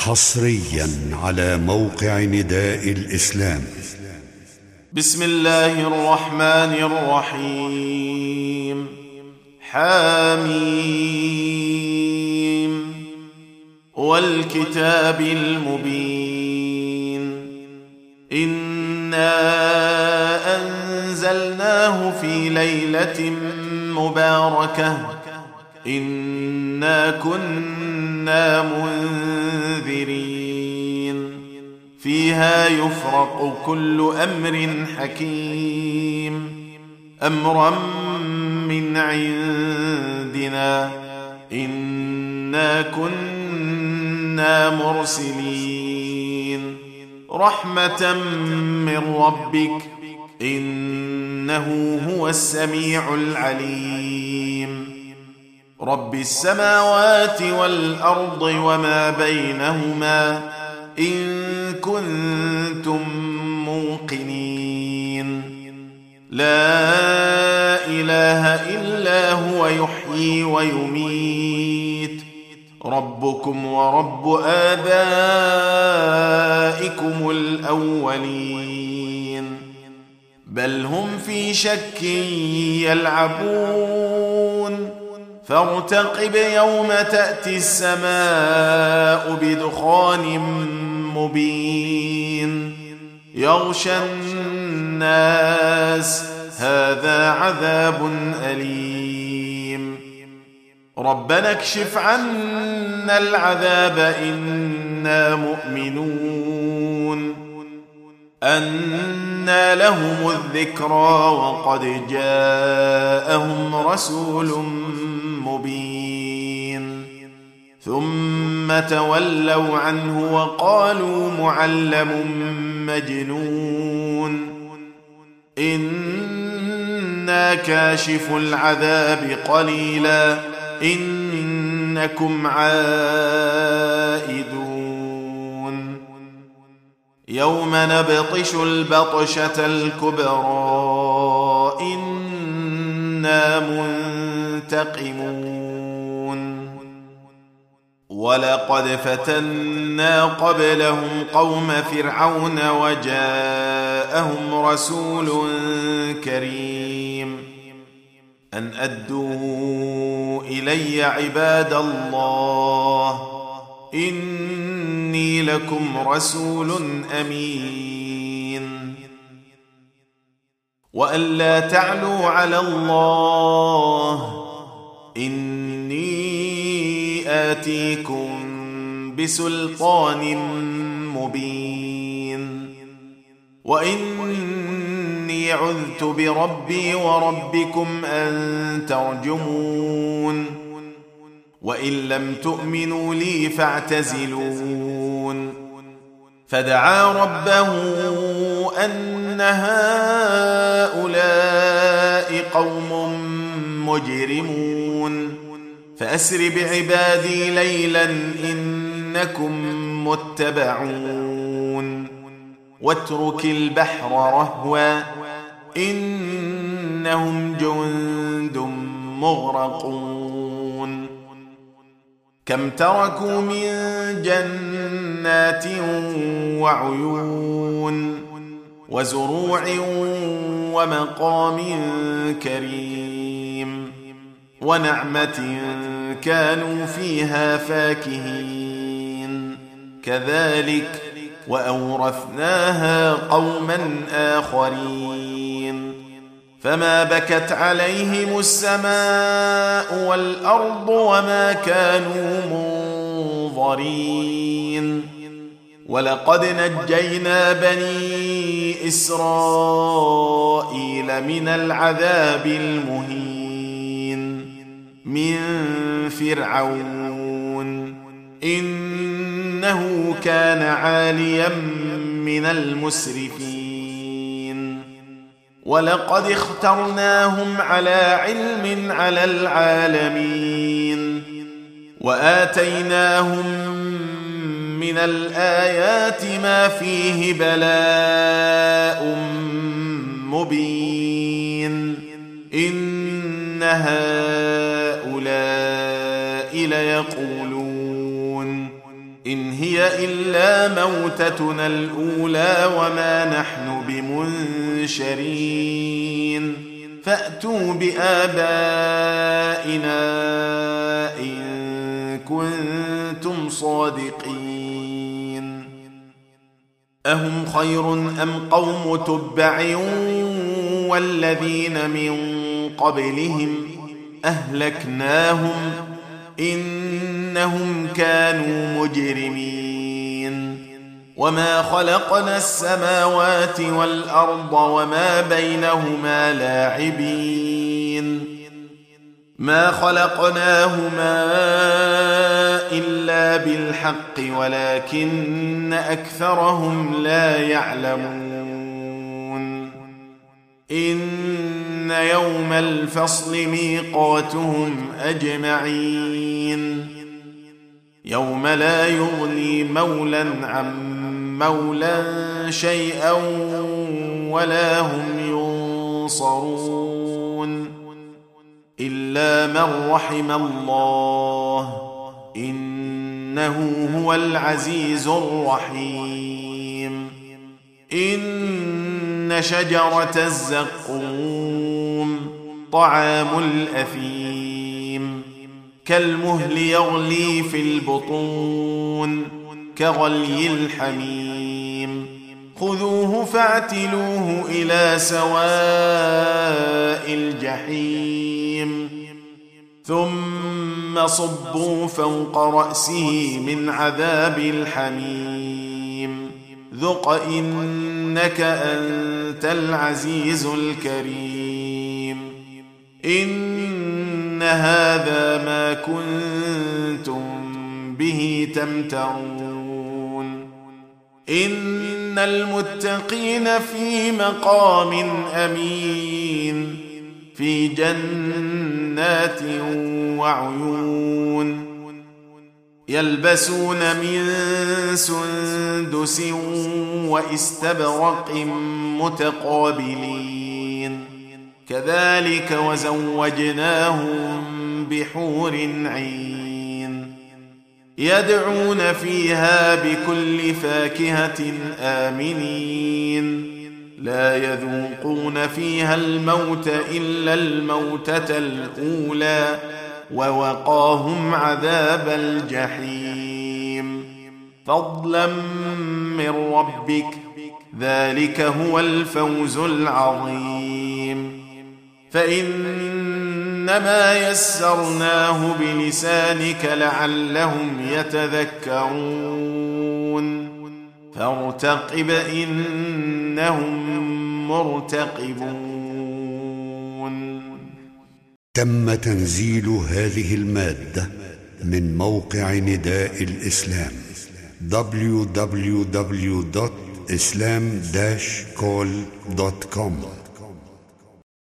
حصريا على موقع نداء الإسلام. بسم الله الرحمن الرحيم. حميم والكتاب المبين. إنا أنزلناه في ليلة مباركة إنا كنا منذرين فيها يفرق كل أمر حكيم أمرا من عندنا إنا كنا مرسلين رحمة من ربك إنه هو السميع العليم. رب السماوات والأرض وما بينهما إن كنتم موقنين. لا إله إلا هو يحيي ويميت ربكم ورب آبائكم الأولين بل هم في شك يلعبون فارتقب يوم تأتي السماء بدخان مبين يغشى الناس هذا عذاب أليم. ربنا اكشف عنا العذاب إنا مؤمنون. أنى لهم الذكرى وقد جاءهم رسول مبين ثم تولوا عنه وقالوا معلم مجنون. إنا كاشف العذاب قليلا إنكم عائدون. يوم نبطش البطشة الكبرى إنا منتقمون. ولقد فتنا قبلهم قوم فرعون وجاءهم رسول كريم أن أدوا إلي عباد الله إني لكم رسول أمين وأن لا تعلوا على الله إني آتيكم بسلطان مبين وإني عذت بربي وربكم أن ترجمون وإن لم تؤمنوا لي فاعتزلون. فدعا ربه أن هؤلاء قوم مجرمون فأسر بعبادي ليلا إنكم متبعون واترك البحر رهوا إنهم جند مغرقون. كم تركوا من جنات وعيون وزروع ومقام كريم ونعمة كانوا فيها فاكهين كذلك وأورثناها قوما آخرين. فما بكت عليهم السماء والأرض وما كانوا منظرين. ولقد نجينا بني إسرائيل من العذاب المهين من فرعون إنه كان عاليا من المسرفين. ولقد اخترناهم على علم على العالمين وآتيناهم من الآيات ما فيه بلاء مبين. إن هؤلاء ليقولون إن هي إلا موتتنا الأولى وما نحن بمنشرين فأتوا بآبائنا إن كنتم صادقين أهم خير أم قوم تبع والذين من قبلهم أهلكناهم إنهم كانوا مجرمين وما خلقنا السماوات والأرض وما بينهما لاعبين ما خلقناهما إلا بالحق ولكن أكثرهم لا يعلمون إن يوم الفصل ميقاتهم أجمعين يوم لا يغني مولى عن مولى شيئا ولا هم ينصرون إلا من رحم الله إنه هو العزيز الرحيم إن شجرة الزقوم طعام الأثيم كالمهل يغلي في البطون كغلي الحميم خذوه فاعتلوه إلى سواء الجحيم ثم صبوا فوق رأسه من عذاب الحميم ذق إنك أنت العزيز الكريم إن هذا ما كنتم به تمترون إن المتقين في مقام أمين في جنات وعيون يلبسون من سندس واستبرق متقابلين كذلك وزوجناهم بحور عين يدعون فيها بكل فاكهة آمنين لا يذوقون فيها الموت إلا الموتة الأولى ووقاهم عذاب الجحيم فضلا من ربك ذلك هو الفوز العظيم فإنما يسرناه بلسانك لعلهم يتذكرون فارتقب إنهم مرتقبون. تم تنزيل هذه المادة من موقع نداء الإسلام www.islam-call.com